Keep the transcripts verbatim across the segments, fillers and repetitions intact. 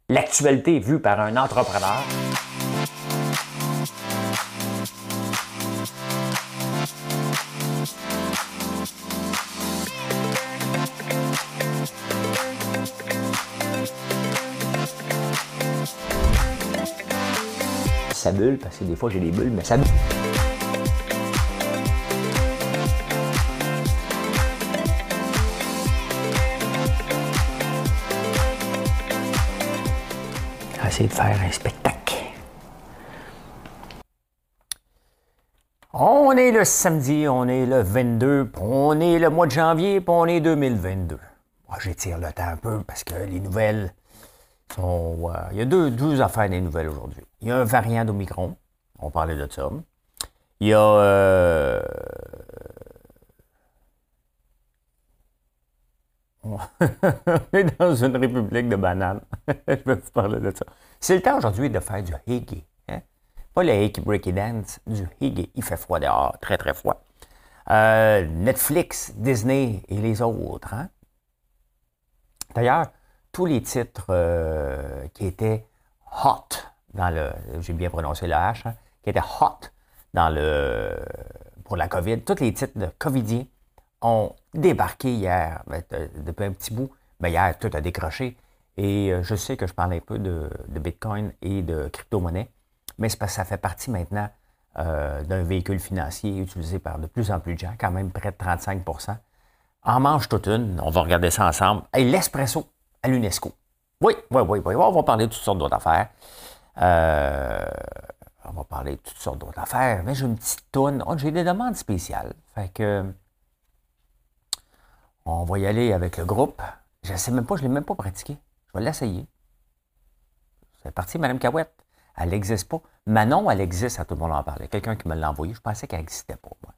l'actualité vue par un entrepreneur. Ça bulle, parce que des fois j'ai des bulles, mais ça bulle. Essayer de faire un spectacle. On est le samedi, on est le vingt-deux, on est le mois de janvier, puis on est deux mille vingt-deux. Moi, j'étire le temps un peu parce que les nouvelles sont... Euh, il y a deux, deux affaires des nouvelles aujourd'hui. Il y a un variant d'Omicron, on parlait de ça. Il y a... Euh, on est dans une république de bananes. Je vais vous parler de ça. C'est le temps aujourd'hui de faire du hygge. Hein? Pas le hygge breaky dance, du hygge. Il fait froid dehors, très très froid. Euh, Netflix, Disney et les autres. Hein? D'ailleurs, tous les titres euh, qui étaient hot dans le... J'ai bien prononcé le H, hein, qui étaient hot dans le pour la COVID, tous les titres de covidiens ont débarqué hier, depuis un petit bout. Mais hier, tout a décroché. Et je sais que je parle un peu de, de Bitcoin et de crypto-monnaie, mais c'est parce que ça fait partie maintenant euh, d'un véhicule financier utilisé par de plus en plus de gens, quand même près de trente-cinq pour cent. En mange toute une, on va regarder ça ensemble. Et l'espresso à l'UNESCO. Oui, oui, oui, oui, on va parler de toutes sortes d'autres affaires. Euh, on va parler de toutes sortes d'autres affaires, mais j'ai une petite toune. Oh, j'ai des demandes spéciales. Fait que... On va y aller avec le groupe. Je ne sais même pas, je ne l'ai même pas pratiqué. Je vais l'essayer. C'est parti, Mme Cahouette. Elle n'existe pas. Manon, elle existe, à tout le monde en parlait. Quelqu'un qui me l'a envoyé, je pensais qu'elle n'existait pas, moi.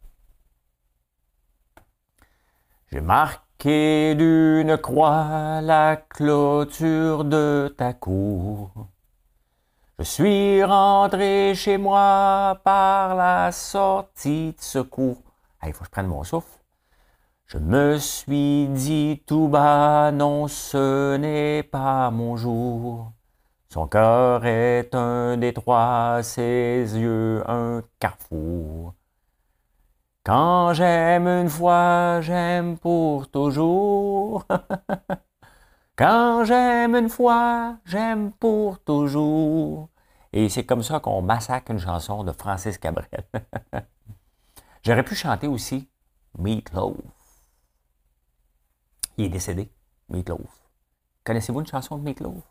J'ai marqué d'une croix la clôture de ta cour. Je suis rentré chez moi par la sortie de secours. Il faut que je prenne mon souffle. Je me suis dit tout bas, non, ce n'est pas mon jour. Son cœur est un détroit, ses yeux un carrefour. Quand j'aime une fois, j'aime pour toujours. Quand j'aime une fois, j'aime pour toujours. Et c'est comme ça qu'on massacre une chanson de Francis Cabrel. J'aurais pu chanter aussi Meatloaf. Il est décédé, Meatloaf. Connaissez-vous une chanson de Meatloaf?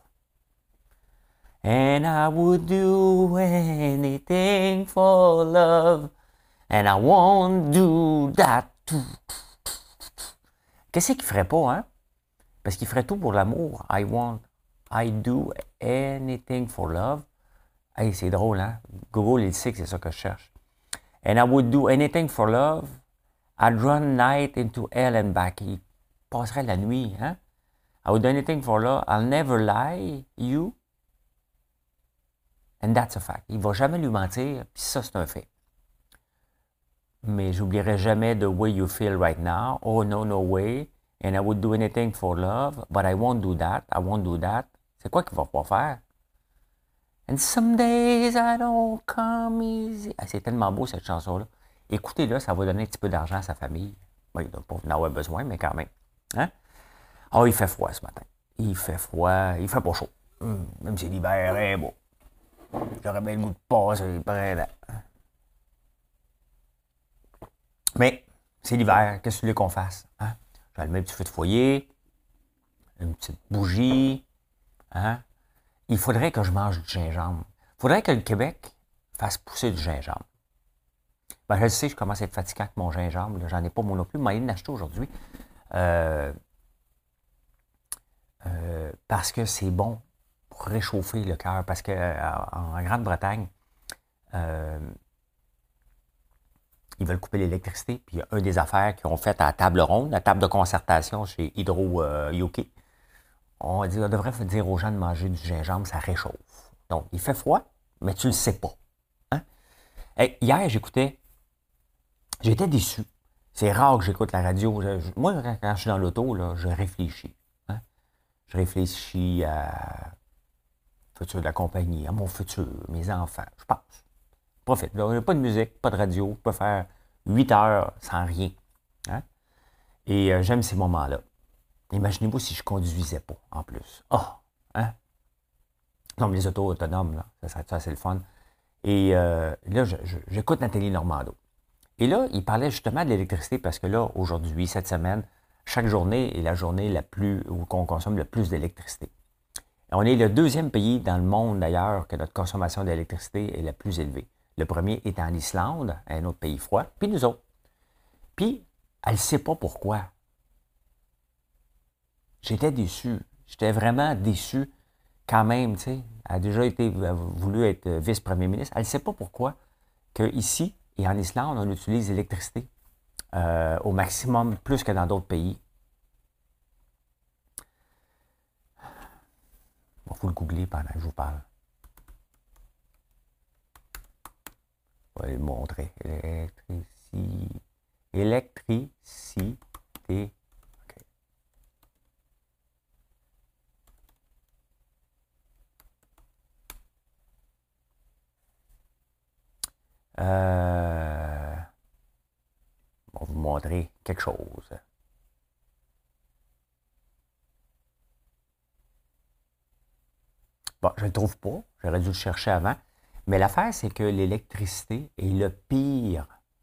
And I would do anything for love, and I won't do that. Qu'est-ce qu'il ferait pas, hein? Parce qu'il ferait tout pour l'amour. I want, I do anything for love. Hey, c'est drôle, hein? Google, il sait que c'est ça que je cherche. And I would do anything for love. I'd run night into hell and back. Il passerait la nuit, hein? I would do anything for love. I'll never lie, you. And that's a fact. Il ne va jamais lui mentir, puis ça, c'est un fait. Mais j'oublierai jamais the way you feel right now. Oh, no, no way. And I would do anything for love, but I won't do that. I won't do that. C'est quoi qu'il va pas faire? And some days I don't come easy. Ah, c'est tellement beau, cette chanson-là. Écoutez-le, ça va donner un petit peu d'argent à sa famille. Bon, il ne doit pas en avoir besoin, mais quand même. Hein? Oh, il fait froid ce matin. Il fait froid. Il fait pas chaud. Hum, même si l'hiver est beau. J'aurais bien le goût de passer près là. Mais c'est l'hiver. Qu'est-ce que tu veux qu'on fasse? Hein? Je vais allumer un petit feu de foyer. Une petite bougie. Hein? Il faudrait que je mange du gingembre. Il faudrait que le Québec fasse pousser du gingembre. Ben, je le sais, je commence à être fatigué avec mon gingembre. J'en ai pas moi non plus. Mais il m'a acheté aujourd'hui. Euh, euh, parce que c'est bon pour réchauffer le cœur. Parce qu'en en Grande-Bretagne, euh, ils veulent couper l'électricité. Puis il y a une des affaires qu'ils ont faites à la table ronde, la table de concertation chez Hydro euh, U K. On, dit, on devrait dire aux gens de manger du gingembre, ça réchauffe. Donc, il fait froid, mais tu ne le sais pas. Hein? Et hier, j'écoutais, j'étais déçu. C'est rare que j'écoute la radio. Je, je, moi, quand je suis dans l'auto, là, je réfléchis. Hein? Je réfléchis à futur de la compagnie, à mon futur, mes enfants, je pense. Profite. Là, pas de musique, pas de radio, je peux faire huit heures sans rien. Hein? Et euh, j'aime ces moments-là. Imaginez-vous si je ne conduisais pas, en plus. Ah! Oh, hein? Non, mais les autos autonomes, là, ça serait ça, c'est le fun. Et euh, là, je, je, j'écoute Nathalie Normando. Et là, il parlait justement de l'électricité parce que là, aujourd'hui, cette semaine, chaque journée est la journée la plus où on consomme le plus d'électricité. On est le deuxième pays dans le monde, d'ailleurs, que notre consommation d'électricité est la plus élevée. Le premier est en Islande, un autre pays froid, puis nous autres. Puis, elle ne sait pas pourquoi. J'étais déçu. J'étais vraiment déçu quand même, tu sais. Elle a déjà été, elle a voulu être vice-premier ministre. Elle ne sait pas pourquoi qu'ici et en Islande, on utilise l'électricité euh, au maximum, plus que dans d'autres pays. Il faut le googler pendant que je vous parle. Je vais le montrer. Électricité. Électricité. OK. Euh, on va vous montrer quelque chose. Bon, je ne le trouve pas. J'aurais dû le chercher avant. Mais l'affaire, c'est que l'électricité est le pire.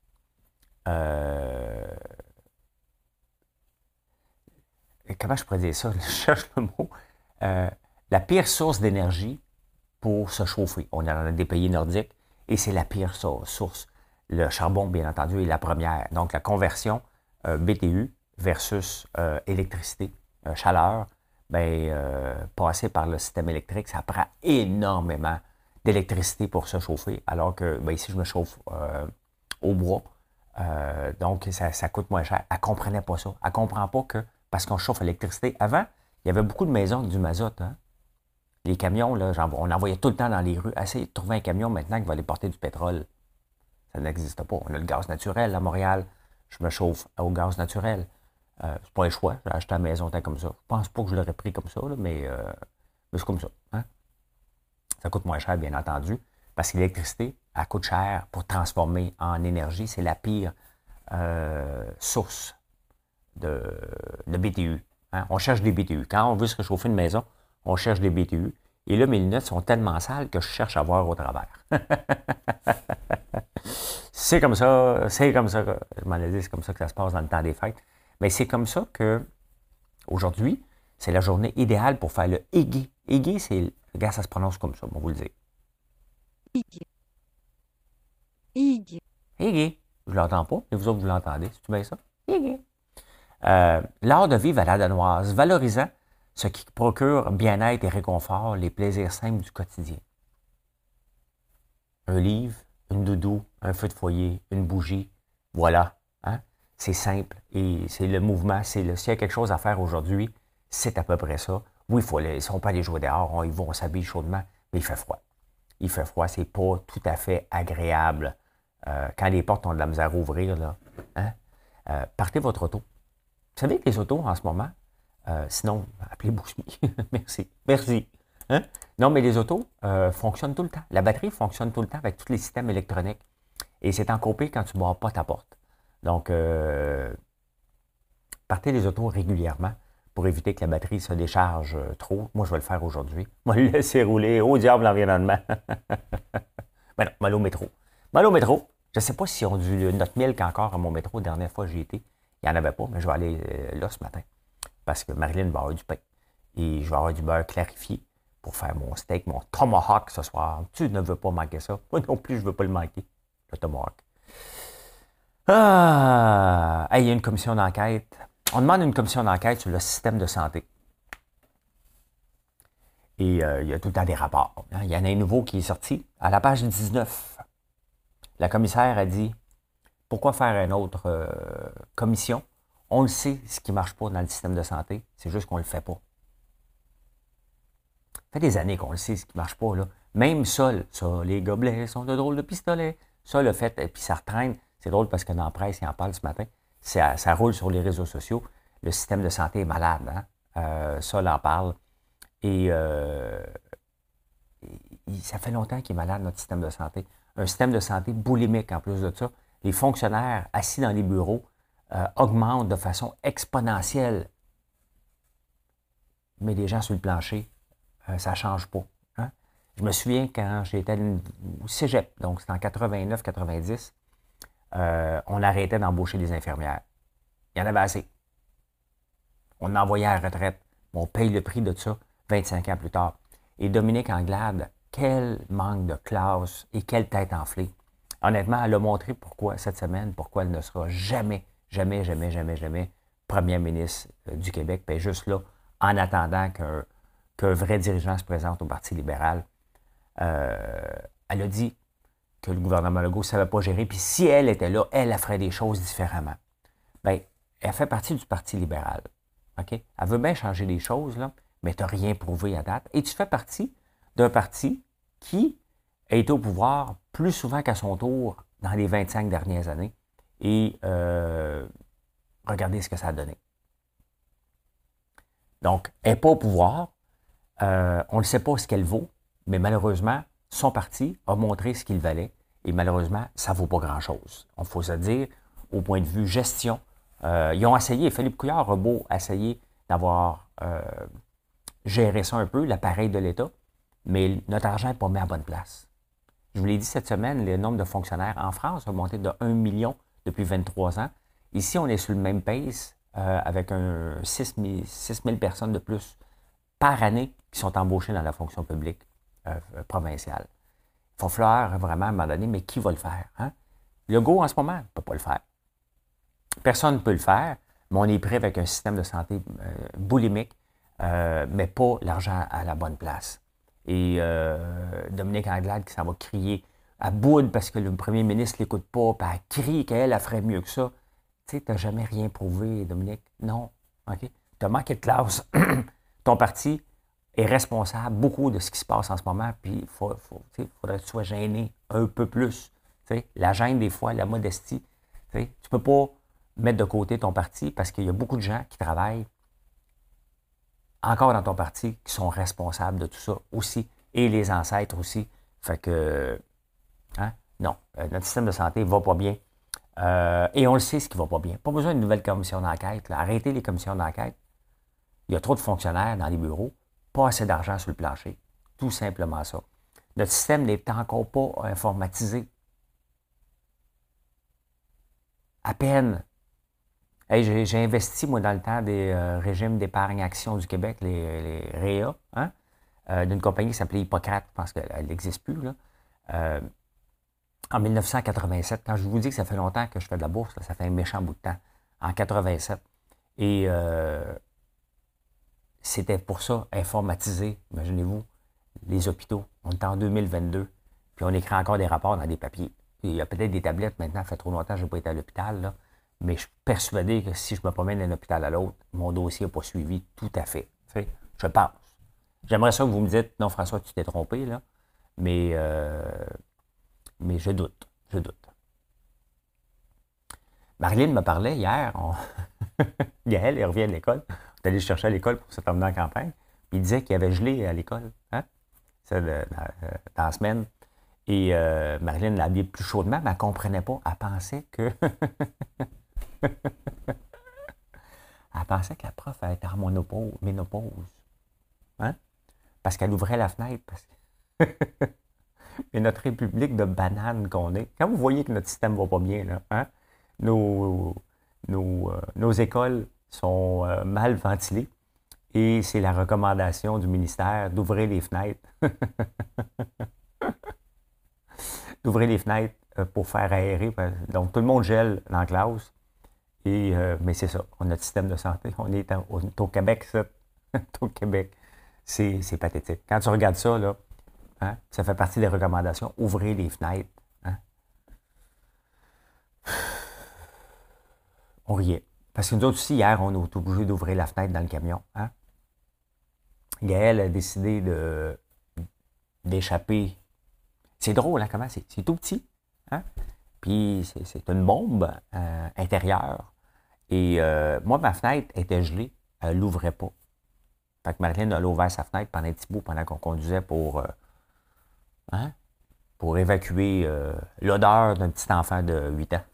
Euh, comment je pourrais dire ça? Je cherche le mot. Euh, la pire source d'énergie pour se chauffer. On est dans des pays nordiques et c'est la pire source. Le charbon, bien entendu, est la première. Donc, la conversion euh, B T U versus euh, électricité, euh, chaleur, ben, euh, passer par le système électrique, ça prend énormément d'électricité pour se chauffer, alors que ben, ici, je me chauffe euh, au bois. Euh, donc, ça, ça coûte moins cher. Elle ne comprenait pas ça. Elle ne comprend pas que, parce qu'on chauffe à l'électricité, avant, il y avait beaucoup de maisons avec du mazout. Hein? Les camions, là, on en voyait tout le temps dans les rues. Essayez de trouver un camion maintenant qui va aller porter du pétrole. Ça n'existe pas. On a le gaz naturel à Montréal. Je me chauffe au gaz naturel. Euh, c'est pas un choix. J'ai acheté la maison tant comme ça. Je pense pas que je l'aurais pris comme ça, là, mais, euh, mais c'est comme ça. Hein? Ça coûte moins cher, bien entendu, parce que l'électricité, elle coûte cher pour transformer en énergie. C'est la pire euh, source de, de B T U. Hein? On cherche des B T U. Quand on veut se réchauffer une maison, on cherche des B T U. Et là, mes lunettes sont tellement sales que je cherche à voir au travers. C'est comme ça, c'est comme ça, que, je m'en ai dit, c'est comme ça que ça se passe dans le temps des fêtes. Mais c'est comme ça que, aujourd'hui, c'est la journée idéale pour faire le Hégé. Hégé, c'est, regarde, ça se prononce comme ça, on va vous le dire. Hégé. Hégé. Hégé. Je ne l'entends pas, mais vous autres, vous l'entendez. C'est-tu bien ça? Hégé. Euh, l'art de vivre à la danoise, valorisant ce qui procure bien-être et réconfort, les plaisirs simples du quotidien. Un livre, une doudou, un feu de foyer, une bougie, voilà. Hein? C'est simple et c'est le mouvement. C'est le, s'il y a quelque chose à faire aujourd'hui, c'est à peu près ça. Oui, il faut aller, si on peut aller jouer dehors, on y va, on s'habille chaudement, mais il fait froid. Il fait froid, c'est pas tout à fait agréable. Euh, quand les portes ont de la misère à ouvrir, là, hein? euh, partez votre auto. Vous savez que les autos, en ce moment, euh, sinon, appelez Bouchemi. Merci. Merci. Hein? Non, mais les autos euh, fonctionnent tout le temps. La batterie fonctionne tout le temps avec tous les systèmes électroniques. Et c'est en copie quand tu ne barres pas ta porte. Donc, euh, partez les autos régulièrement pour éviter que la batterie se décharge trop. Moi, je vais le faire aujourd'hui. Moi, le laisser rouler. Au diable, l'environnement. Ben non, mal au métro. Mal au métro. Je ne sais pas si on a du notre milk encore à mon métro. La dernière fois que j'y étais, il n'y en avait pas, mais je vais aller euh, là ce matin. Parce que Marilyn va avoir du pain. Et je vais avoir du beurre clarifié pour faire mon steak, mon tomahawk ce soir. Tu ne veux pas manquer ça. Moi non plus, je ne veux pas le manquer. Le tomahawk. Ah! Hey, il y a une commission d'enquête. On demande une commission d'enquête sur le système de santé. Et euh, il y a tout le temps des rapports. Hein. Il y en a un nouveau qui est sorti. À la page dix-neuf, la commissaire a dit « Pourquoi faire une autre euh, commission? On le sait, ce qui ne marche pas dans le système de santé. C'est juste qu'on ne le fait pas. » Ça fait des années qu'on le sait, ce qui ne marche pas. Là. Même ça, ça, les gobelets sont de drôles de pistolets. Ça, le fait, et puis ça retraîne. C'est drôle parce que dans la presse, il en parle ce matin. Ça, ça roule sur les réseaux sociaux. Le système de santé est malade. Hein? Euh, ça, l'en parle. Et euh, il, ça fait longtemps qu'il est malade, notre système de santé. Un système de santé boulimique en plus de ça. Les fonctionnaires assis dans les bureaux euh, augmentent de façon exponentielle. Mais les gens sur le plancher, euh, ça ne change pas. Hein? Je me souviens quand j'étais au cégep, donc c'était en quatre-vingt-neuf quatre-vingt-dix, euh, on arrêtait d'embaucher des infirmières. Il y en avait assez. On envoyait à la retraite. On paye le prix de ça vingt-cinq ans plus tard. Et Dominique Anglade, quel manque de classe et quelle tête enflée. Honnêtement, elle a montré pourquoi, cette semaine, pourquoi elle ne sera jamais, jamais, jamais, jamais, jamais première ministre du Québec. Puis juste là, en attendant qu'un, qu'un vrai dirigeant se présente au Parti libéral. Euh, elle a dit que le gouvernement Legault ne savait pas gérer. Puis si elle était là, elle, elle ferait des choses différemment. Bien, elle fait partie du Parti libéral. OK? Elle veut bien changer les choses, là, mais tu n'as rien prouvé à date. Et tu fais partie d'un parti qui a été au pouvoir plus souvent qu'à son tour dans les vingt-cinq dernières années. Et euh, regardez ce que ça a donné. Donc, elle n'est pas au pouvoir. Euh, on ne sait pas ce qu'elle vaut, mais malheureusement, son parti a montré ce qu'il valait. Et malheureusement, ça ne vaut pas grand-chose. Il faut se dire, au point de vue gestion, euh, ils ont essayé, Philippe Couillard a beau essayer d'avoir euh, géré ça un peu, l'appareil de l'État, mais notre argent n'est pas mis à bonne place. Je vous l'ai dit cette semaine, le nombre de fonctionnaires en France a monté de un million depuis vingt-trois ans. Ici, on est sur le même pace euh, avec un six mille personnes de plus par année qui sont embauchées dans la fonction publique euh, provinciale. Il va falloir vraiment à un moment donné, mais qui va le faire? Hein? Legault, en ce moment, ne peut pas le faire. Personne ne peut le faire, mais on est prêt avec un système de santé euh, boulimique, euh, mais pas l'argent à la bonne place. Et euh, Dominique Anglade qui s'en va crier à bout parce que le premier ministre ne l'écoute pas, puis elle crie qu'elle, elle ferait mieux que ça. Tu sais, tu n'as jamais rien prouvé, Dominique. Non. OK? Tu as manqué de classe. Ton parti est responsable beaucoup de ce qui se passe en ce moment, puis il faut, faut, faudrait que tu sois gêné un peu plus. T'sais, la gêne, des fois, la modestie. Tu ne peux pas mettre de côté ton parti parce qu'il y a beaucoup de gens qui travaillent encore dans ton parti qui sont responsables de tout ça aussi, et les ancêtres aussi. Fait que, hein, non, notre système de santé ne va pas bien. Euh, et on le sait ce qui ne va pas bien. Pas besoin d'une nouvelle commission d'enquête. Là. Arrêtez les commissions d'enquête. Il y a trop de fonctionnaires dans les bureaux, pas assez d'argent sur le plancher. Tout simplement ça. Notre système n'est encore pas informatisé. À peine. Hey, j'ai, j'ai investi, moi, dans le temps des euh, régimes d'épargne-action du Québec, les, les R E A, hein, euh, d'une compagnie qui s'appelait Hippocrate, je pense qu'elle n'existe plus, là. Euh, en dix-neuf cent quatre-vingt-sept, quand je vous dis que ça fait longtemps que je fais de la bourse, là, ça fait un méchant bout de temps, en quatre-vingt-sept. Et euh, c'était pour ça, informatiser, imaginez-vous, les hôpitaux. On est en deux mille vingt-deux, puis on écrit encore des rapports dans des papiers. Puis il y a peut-être des tablettes maintenant, ça fait trop longtemps que je n'ai pas été à l'hôpital, là. Mais je suis persuadé que si je me promène d'un hôpital à l'autre, mon dossier n'a pas suivi tout à fait. Tu sais, je pense. J'aimerais ça que vous me dites, non, François, tu t'es trompé, là. Mais, euh, mais je doute. Je doute. Marilyn me parlait hier. On... Gaël, il revient de l'école. On est allé le chercher à l'école pour se terminer en campagne. Puis il disait qu'il y avait gelé à l'école. Hein? Ça, dans, dans la semaine. Et euh, Marilyn l'a habillé plus chaudement, mais elle ne comprenait pas. Elle pensait que. Elle pensait que la prof elle était en monopause, ménopause. Hein? Parce qu'elle ouvrait la fenêtre. Parce que... Mais notre république de bananes qu'on est, quand vous voyez que notre système ne va pas bien, là, hein? nos, nos, euh, nos écoles sont euh, mal ventilées et c'est la recommandation du ministère d'ouvrir les fenêtres. d'ouvrir les fenêtres pour faire aérer. Donc, tout le monde gèle dans la classe. Et, euh, mais c'est ça, on a notre système de santé. On est, en, on est au Québec, ça. au Québec. C'est, c'est pathétique. Quand tu regardes ça, là, hein, ça fait partie des recommandations. Ouvrez les fenêtres. Hein. On riait. Parce que nous autres aussi, hier, on a été obligé d'ouvrir la fenêtre dans le camion. Hein. Gaël a décidé de, d'échapper. C'est drôle, hein, comment c'est, c'est tout petit. Hein. Puis c'est, c'est une bombe euh, intérieure. Et euh, moi, ma fenêtre était gelée. Elle ne l'ouvrait pas. Fait que Marilyn a ouvert sa fenêtre pendant un petit bout pendant qu'on conduisait pour, euh, Hein? Pour évacuer euh, l'odeur d'un petit enfant de huit ans.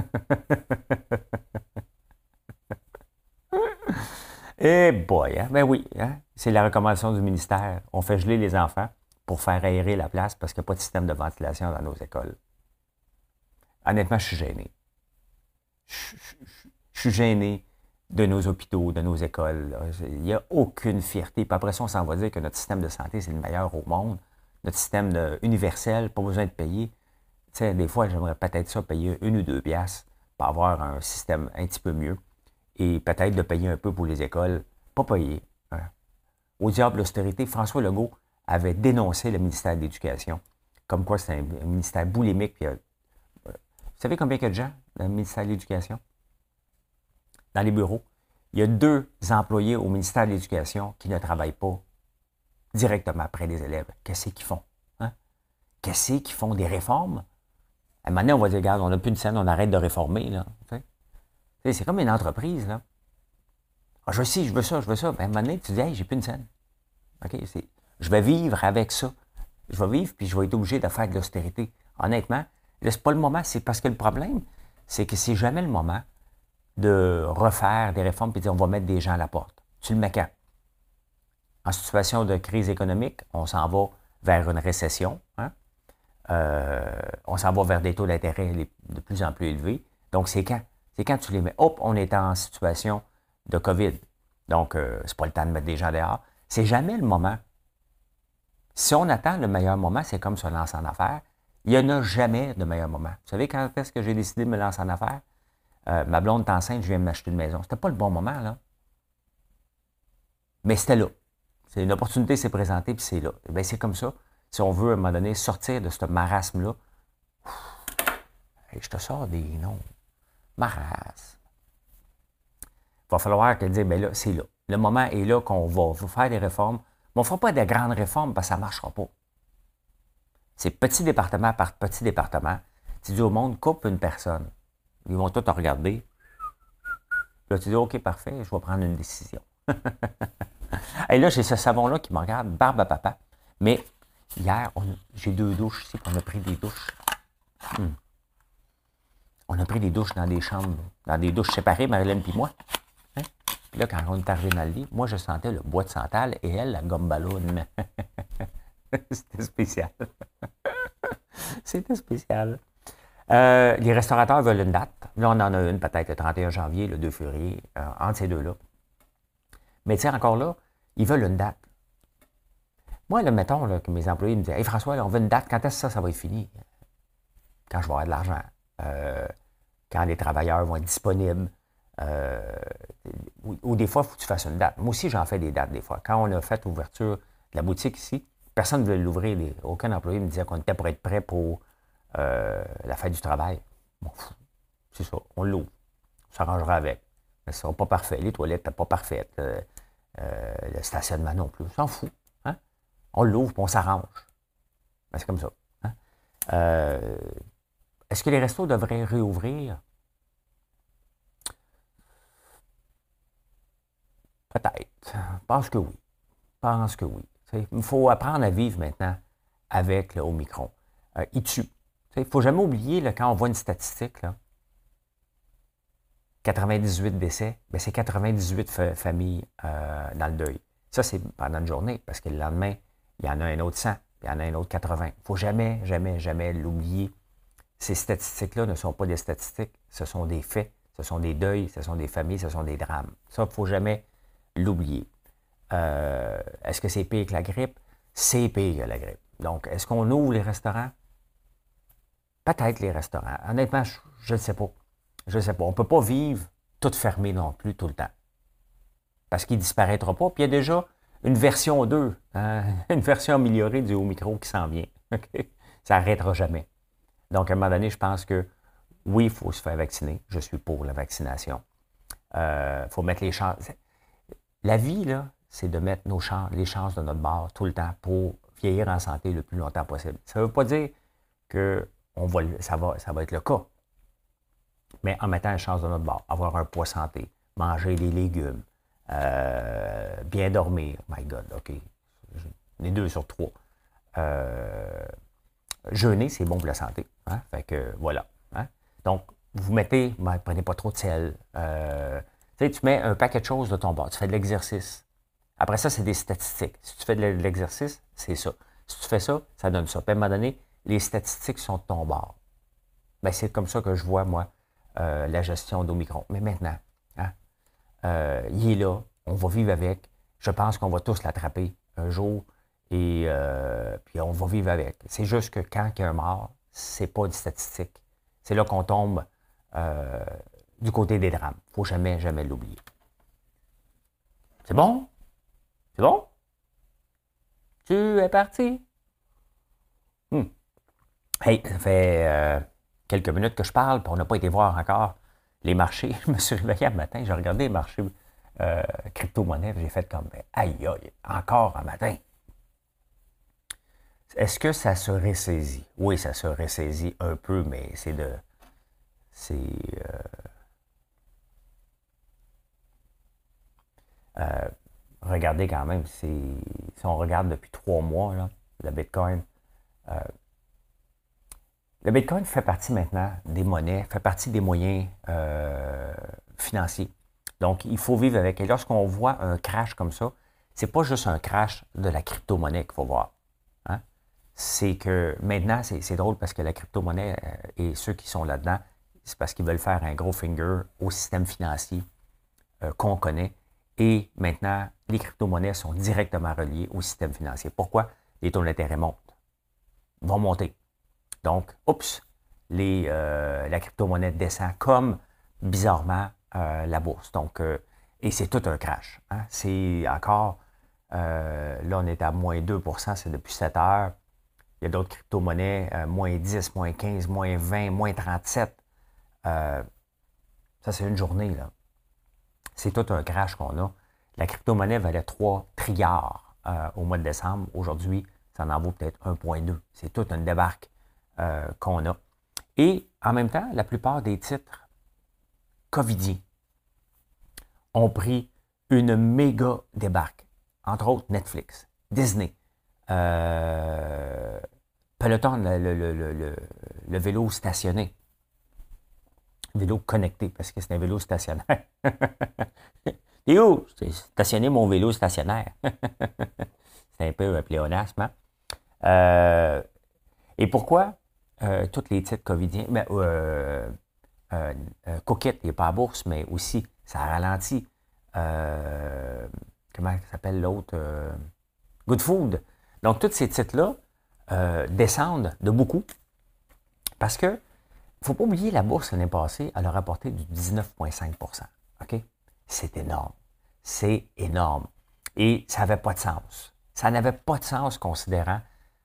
Eh boy, hein? Ben oui, hein? C'est la recommandation du ministère. On fait geler les enfants pour faire aérer la place parce qu'il n'y a pas de système de ventilation dans nos écoles. Honnêtement, je suis gêné. Je, je- je- je suis gêné de nos hôpitaux, de nos écoles. Il n'y a aucune fierté. Puis après ça, on s'en va dire que notre système de santé, c'est le meilleur au monde. Notre système de- universel, pas besoin de payer. Tu sais, des fois, j'aimerais peut-être ça payer une ou deux piastres pour avoir un système un petit peu mieux. Et peut-être de payer un peu pour les écoles. Pas payer. Hein. Au diable l'austérité, François Legault avait dénoncé le ministère de l'Éducation. Comme quoi c'est un, un ministère boulimique. Puis, euh, vous savez combien il y a de gens dans le ministère de l'Éducation? Dans les bureaux. Il y a deux employés au ministère de l'Éducation qui ne travaillent pas directement près des élèves. Qu'est-ce qu'ils font? Hein? Qu'est-ce qu'ils font? Des réformes? À un moment donné, on va dire, regarde, on n'a plus de scène, on arrête de réformer. Là. C'est comme une entreprise. Là. Ah, je veux ci, je veux ça, je veux ça. Ben, à un moment donné, tu dis, hey, j'ai plus une scène. OK? C'est, je vais vivre avec ça. Je vais vivre, puis je vais être obligé de faire de l'austérité. Honnêtement, là, c'est pas le moment. C'est parce que le problème, c'est que c'est jamais le moment de refaire des réformes et de dire on va mettre des gens à la porte. Tu le mets quand? En situation de crise économique, on s'en va vers une récession. Hein? Euh, on s'en va vers des taux d'intérêt de plus en plus élevés. Donc, c'est quand? C'est quand tu les mets. Hop, on est en situation de COVID. Donc, euh, c'est pas le temps de mettre des gens dehors. C'est jamais le moment. Si on attend le meilleur moment, c'est comme se lancer en affaires. Il n'y en a jamais de meilleur moment. Vous savez quand est-ce que j'ai décidé de me lancer en affaires? Euh, ma blonde est enceinte, je viens de m'acheter une maison. C'était pas le bon moment, là. Mais c'était là. C'est une opportunité s'est présentée, puis c'est là. Bien, c'est comme ça. Si on veut, à un moment donné, sortir de ce marasme-là, hey, je te sors des noms. Marasme. Il va falloir te dire, bien là, c'est là. Le moment est là qu'on va faire des réformes. Mais on ne fera pas de grandes réformes parce que ça ne marchera pas. C'est petit département par petit département. Tu dis au monde, coupe une personne. Ils vont tous te regarder. Là, tu dis, OK, parfait, je vais prendre une décision. Et là, j'ai ce savon-là qui me regarde, barbe à papa. Mais hier, on- j'ai deux douches ici, on a pris des douches. Hmm. On a pris des douches dans des chambres, dans des douches séparées, Marilyn puis moi. Hein? Puis là, quand on est arrivé dans le lit, moi, je sentais le bois de santal et elle, la gomme ballon. C'était spécial. C'était spécial. Euh, les restaurateurs veulent une date. Là, on en a une peut-être le trente et un janvier, le deux février, euh, entre ces deux-là. Mais tu sais, encore là, ils veulent une date. Moi, là, mettons là, que mes employés me disent, hey François, là, on veut une date, quand est-ce que ça, ça va être fini? Quand je vais avoir de l'argent. Euh, quand les travailleurs vont être disponibles. Euh, ou, ou des fois, il faut que tu fasses une date. Moi aussi, j'en fais des dates des fois. Quand on a fait l'ouverture de la boutique ici, personne ne voulait l'ouvrir. Les, aucun employé me disait qu'on était pour être prêt pour euh, la fête du travail. Bon, c'est ça, on l'ouvre. On s'arrangera avec. Mais ça ne sera pas parfait. Les toilettes, pas parfaites. Euh, euh, le stationnement non plus. On s'en fout. Hein? On l'ouvre et on s'arrange. Ben, c'est comme ça. Hein? Euh, est-ce que les restos devraient réouvrir? Peut-être. Je pense que oui. Je pense que oui. T'sais, il faut apprendre à vivre maintenant avec le Omicron. Euh, il tue. Il ne faut jamais oublier, là, quand on voit une statistique, là, quatre-vingt-dix-huit décès, ben c'est quatre-vingt-dix-huit fa- familles euh, dans le deuil. Ça, c'est pendant une journée, parce que le lendemain, il y en a un autre cent, puis il y en a un autre quatre-vingts. Il ne faut jamais, jamais, jamais l'oublier. Ces statistiques-là ne sont pas des statistiques, ce sont des faits, ce sont des deuils, ce sont des familles, ce sont des drames. Ça, il ne faut jamais l'oublier. Euh, est-ce que c'est pire que la grippe? C'est pire que la grippe. Donc, est-ce qu'on ouvre les restaurants? Peut-être les restaurants. Honnêtement, je ne sais pas. Je ne sais pas. On ne peut pas vivre tout fermé non plus tout le temps. Parce qu'il ne disparaîtra pas. Puis il y a déjà une version deux, hein, une version améliorée du Omicron qui s'en vient. Okay? Ça n'arrêtera jamais. Donc, à un moment donné, je pense que oui, il faut se faire vacciner. Je suis pour la vaccination. Il euh, faut mettre les chances. La vie, là, c'est de mettre nos chances, les chances de notre bord tout le temps pour vieillir en santé le plus longtemps possible. Ça ne veut pas dire que on va, ça, va, ça va être le cas. Mais en mettant une chance de notre bord, avoir un poids santé, manger des légumes, euh, bien dormir, my God, OK, les deux sur trois. Euh, jeûner, c'est bon pour la santé. Hein? Fait que voilà. Hein? Donc, vous mettez, ben, prenez pas trop de sel. Euh, tu sais, tu mets un paquet de choses de ton bord. Tu fais de l'exercice. Après ça, c'est des statistiques. Si tu fais de l'exercice, c'est ça. Si tu fais ça, ça donne ça. Puis à un moment donné, les statistiques sont de ton bord. Ben, c'est comme ça que je vois, moi, euh, la gestion d'Omicron. Mais maintenant, hein, euh, il est là. On va vivre avec. Je pense qu'on va tous l'attraper un jour. Et euh, puis on va vivre avec. C'est juste que quand il y a un mort, c'est pas des statistiques. C'est là qu'on tombe euh, du côté des drames. Il ne faut jamais, jamais l'oublier. C'est bon? C'est bon? Tu es parti? Hmm. Hey, ça fait euh, quelques minutes que je parle, puis on n'a pas été voir encore les marchés. Je me suis réveillé un matin, j'ai regardé les marchés euh, crypto-monnaies, j'ai fait comme, aïe, aïe, encore un matin. Est-ce que ça se ressaisit? Oui, ça se ressaisit un peu, mais c'est de... C'est... Euh, euh, regardez quand même, c'est, si on regarde depuis trois mois, là, le Bitcoin, euh, le Bitcoin fait partie maintenant des monnaies, fait partie des moyens euh, financiers. Donc, il faut vivre avec. Et lorsqu'on voit un crash comme ça, c'est pas juste un crash de la crypto-monnaie qu'il faut voir. Hein? C'est que maintenant, c'est, c'est drôle parce que la crypto-monnaie euh, et ceux qui sont là-dedans, c'est parce qu'ils veulent faire un gros finger au système financier euh, qu'on connaît. Et maintenant, les crypto-monnaies sont directement reliées au système financier. Pourquoi? Les taux d'intérêt montent, vont monter. Donc, oups, les, euh, la crypto-monnaie descend comme, bizarrement, euh, la bourse. Donc, euh, et c'est tout un crash. Hein? C'est encore, euh, là, on est à moins deux pour cent, c'est depuis sept heures. Il y a d'autres crypto-monnaies, euh, moins dix, moins quinze, moins vingt, moins trente-sept. Euh, ça, c'est une journée, là. C'est tout un crash qu'on a. La crypto-monnaie valait trois trilliards euh, au mois de décembre. Aujourd'hui, ça en vaut peut-être un virgule deux. C'est toute une débarque euh, qu'on a. Et en même temps, la plupart des titres covidiens ont pris une méga débarque. Entre autres, Netflix, Disney, euh, Peloton, le, le, le, le, le vélo stationné. Vélo connecté, parce que c'est un vélo stationnaire. Et où? J'ai stationné mon vélo stationnaire. C'est un peu un pléonasme. Hein? Euh, et pourquoi euh, tous les titres covidiens? Ben, euh, euh, euh, Cookit, il n'est pas à bourse, mais aussi, ça a ralenti. Euh, comment s'appelle l'autre? Euh, Good Food. Donc, tous ces titres-là euh, descendent de beaucoup parce que il ne faut pas oublier, la bourse l'année passée, elle a rapporté du dix-neuf virgule cinq pour cent. OK? C'est énorme. C'est énorme. Et ça n'avait pas de sens. Ça n'avait pas de sens considérant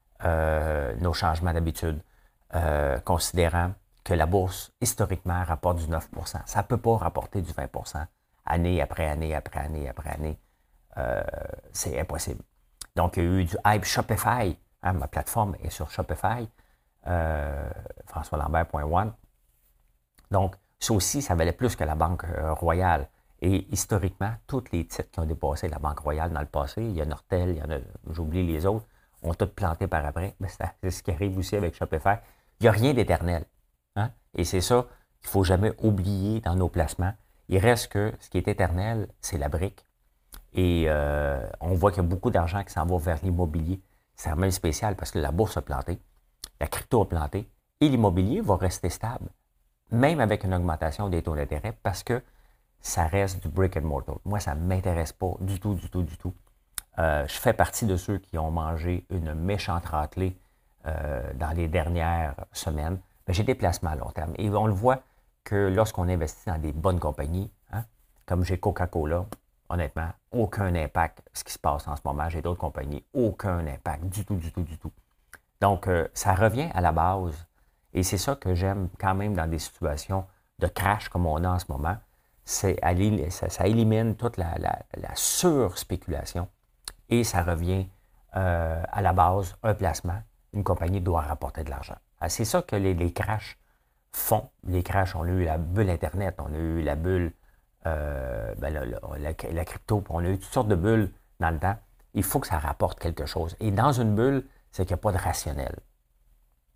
euh, nos changements d'habitude, euh, considérant que la bourse, historiquement, rapporte du neuf pour cent. Ça ne peut pas rapporter du vingt pour cent année après année, après année, après année. Euh, c'est impossible. Donc, il y a eu du hype Shopify. Hein, ma plateforme est sur Shopify. Euh, François Lambert point one. Donc, ça aussi, ça valait plus que la Banque Royale. Et historiquement, tous les titres qui ont dépassé la Banque Royale dans le passé, il y a Nortel, il y en a, j'oublie les autres, ont tous planté par après. Mais c'est ce qui arrive aussi avec Shopify. Il n'y a rien d'éternel. Hein? Et c'est ça qu'il ne faut jamais oublier dans nos placements. Il reste que ce qui est éternel, c'est la brique. Et euh, on voit qu'il y a beaucoup d'argent qui s'en va vers l'immobilier. C'est même spécial parce que la bourse a planté. La crypto a planté et l'immobilier va rester stable, même avec une augmentation des taux d'intérêt, parce que ça reste du brick and mortar. Moi, ça ne m'intéresse pas du tout, du tout, du tout. Euh, je fais partie de ceux qui ont mangé une méchante raclée euh, dans les dernières semaines. Mais j'ai des placements à long terme. Et on le voit que lorsqu'on investit dans des bonnes compagnies, hein, comme j'ai Coca-Cola, honnêtement, aucun impact ce qui se passe en ce moment. J'ai d'autres compagnies, aucun impact du tout, du tout, du tout. Donc, euh, ça revient à la base. Et c'est ça que j'aime quand même dans des situations de crash comme on a en ce moment. C'est ça, ça élimine toute la, la, la sur-spéculation et ça revient euh, à la base, un placement. Une compagnie doit rapporter de l'argent. C'est ça que les, les crashs font. Les crashs, on a eu la bulle Internet, on a eu la bulle, euh, ben la, la, la, la crypto, on a eu toutes sortes de bulles dans le temps. Il faut que ça rapporte quelque chose. Et dans une bulle, c'est qu'il n'y a pas de rationnel.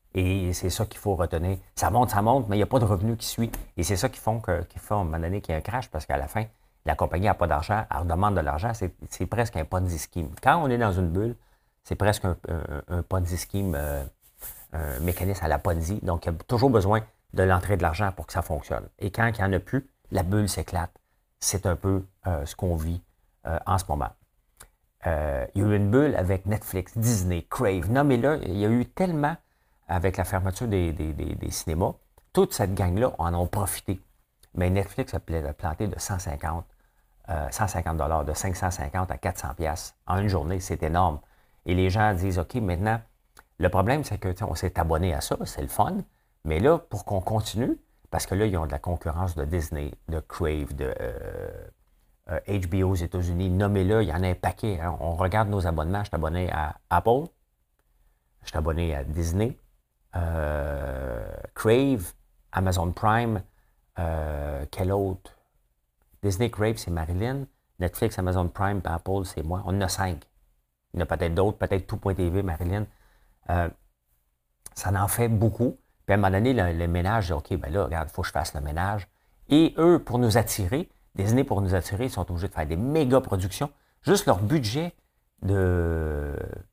Et c'est ça qu'il faut retenir. Ça monte, ça monte, mais il n'y a pas de revenu qui suit. Et c'est ça qui font que, qui fait à un moment donné qu'il y a un crash, parce qu'à la fin, la compagnie n'a pas d'argent, elle redemande de l'argent, c'est, c'est presque un Ponzi scheme. Quand on est dans une bulle, c'est presque un, un, un Ponzi scheme, euh, un mécanisme à la Ponzi. Donc, il y a toujours besoin de l'entrée de l'argent pour que ça fonctionne. Et quand il n'y en a plus, la bulle s'éclate. C'est un peu euh, ce qu'on vit euh, en ce moment. Euh, il y a eu une bulle avec Netflix, Disney, Crave. Non, mais là, il y a eu tellement, avec la fermeture des, des, des, des cinémas, toute cette gang-là en ont profité. Mais Netflix a planté de cent cinquante, euh, cent cinquante dollars, de cinq cent cinquante à quatre cents piastres en une journée. C'est énorme. Et les gens disent, OK, maintenant, le problème, c'est que on s'est abonné à ça, c'est le fun. Mais là, pour qu'on continue, parce que là, ils ont de la concurrence de Disney, de Crave, de euh, euh, H B O aux États-Unis. Nommez-le, il y en a un paquet. Hein. On regarde nos abonnements. Je suis abonné à Apple. Je suis abonné à Disney. Euh, Crave, Amazon Prime. Euh, quel autre? Disney, Crave, c'est Marilyn. Netflix, Amazon Prime, Apple, c'est moi. On en a cinq. Il y en a peut-être d'autres, peut-être tout point T V, Marilyn. Euh, ça en fait beaucoup. Puis à un moment donné, le, le ménage, OK, ben là, regarde, il faut que je fasse le ménage. Et eux, pour nous attirer, Disney, pour nous attirer, ils sont obligés de faire des méga productions. Juste leur budget de,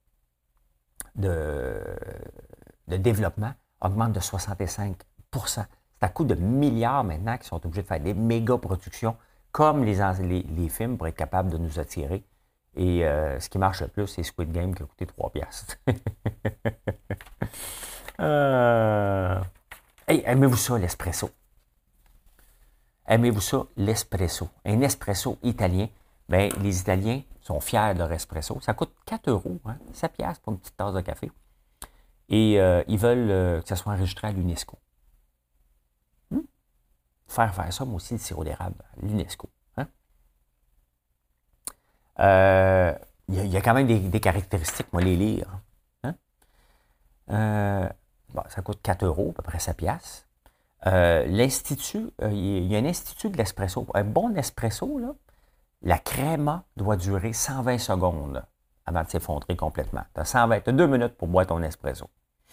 de, de développement augmente de soixante-cinq pour cent. C'est à coût de milliards maintenant qu'ils sont obligés de faire des méga productions comme les, les, les films pour être capables de nous attirer. Et euh, ce qui marche le plus, c'est Squid Game qui a coûté trois piastres. euh... Hey, aimez-vous ça, l'espresso? Aimez-vous ça, l'espresso? Un espresso italien, bien, les Italiens sont fiers de leur espresso. Ça coûte quatre euros, hein, sept piastres pour une petite tasse de café. Et euh, ils veulent euh, que ça soit enregistré à l'UNESCO. Hmm? Faire faire ça, moi aussi, le sirop d'érable à l'UNESCO. Hein? Euh, il, y a, il y a quand même des, des caractéristiques, moi, les lire. Hein? Euh, bon, ça coûte quatre euros, à peu près sept piastres. Euh, l'Institut, euh, il y a un institut de l'espresso. Un bon espresso, là, la créma doit durer cent vingt secondes avant de s'effondrer complètement. Tu as cent vingt, tu as deux minutes pour boire ton espresso.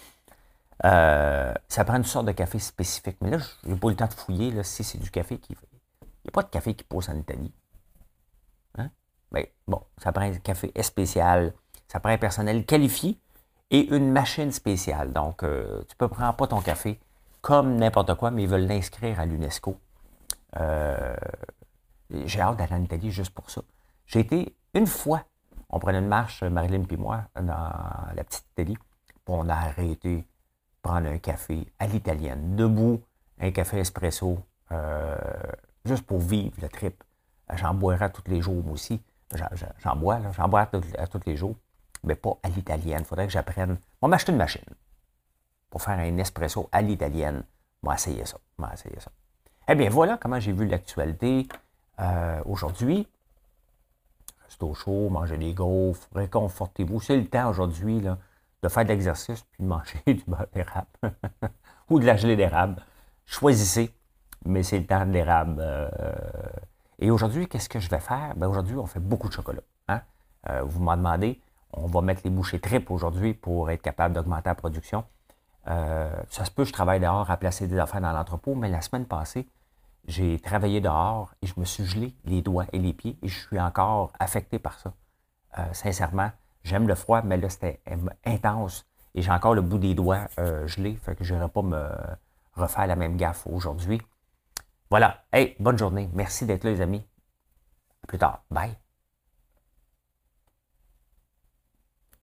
Euh, ça prend une sorte de café spécifique. Mais là, je n'ai pas eu le temps de fouiller là, si c'est du café qui... Il n'y a pas de café qui pousse en Italie. Hein? Mais bon, ça prend un café spécial, ça prend un personnel qualifié et une machine spéciale. Donc, euh, tu ne peux prendre pas ton café comme n'importe quoi, mais ils veulent l'inscrire à l'UNESCO. Euh, j'ai hâte d'aller en Italie juste pour ça. J'ai été une fois, on prenait une marche, Marilyn et moi, dans la petite Italie, puis on a arrêté prendre un café à l'italienne, debout, un café espresso, euh, juste pour vivre le trip. J'en boirai tous les jours, moi aussi. J'en, j'en bois, là, j'en bois à, tout, à tous les jours, mais pas à l'italienne. Il faudrait que j'apprenne. On m'a acheté une machine pour faire un espresso à l'italienne. On va essayer ça. On va essayer ça. Eh bien, voilà comment j'ai vu l'actualité euh, aujourd'hui. Restez au chaud, mangez des gaufres, réconfortez-vous. C'est le temps aujourd'hui là, de faire de l'exercice puis de manger du beurre d'érable ou de la gelée d'érable. Choisissez, mais c'est le temps de l'érable. Euh, et aujourd'hui, qu'est-ce que je vais faire? Bien, aujourd'hui, on fait beaucoup de chocolat. Hein? Euh, vous m'en demandez, on va mettre les bouchées tripes aujourd'hui pour être capable d'augmenter la production. Euh, ça se peut, je travaille dehors à placer des affaires dans l'entrepôt, mais la semaine passée, j'ai travaillé dehors et je me suis gelé les doigts et les pieds et je suis encore affecté par ça. Euh, sincèrement, j'aime le froid, mais là, c'était intense et j'ai encore le bout des doigts euh, gelés, fait que je n'irai pas me refaire la même gaffe aujourd'hui. Voilà. Hey, bonne journée. Merci d'être là, les amis. À plus tard. Bye.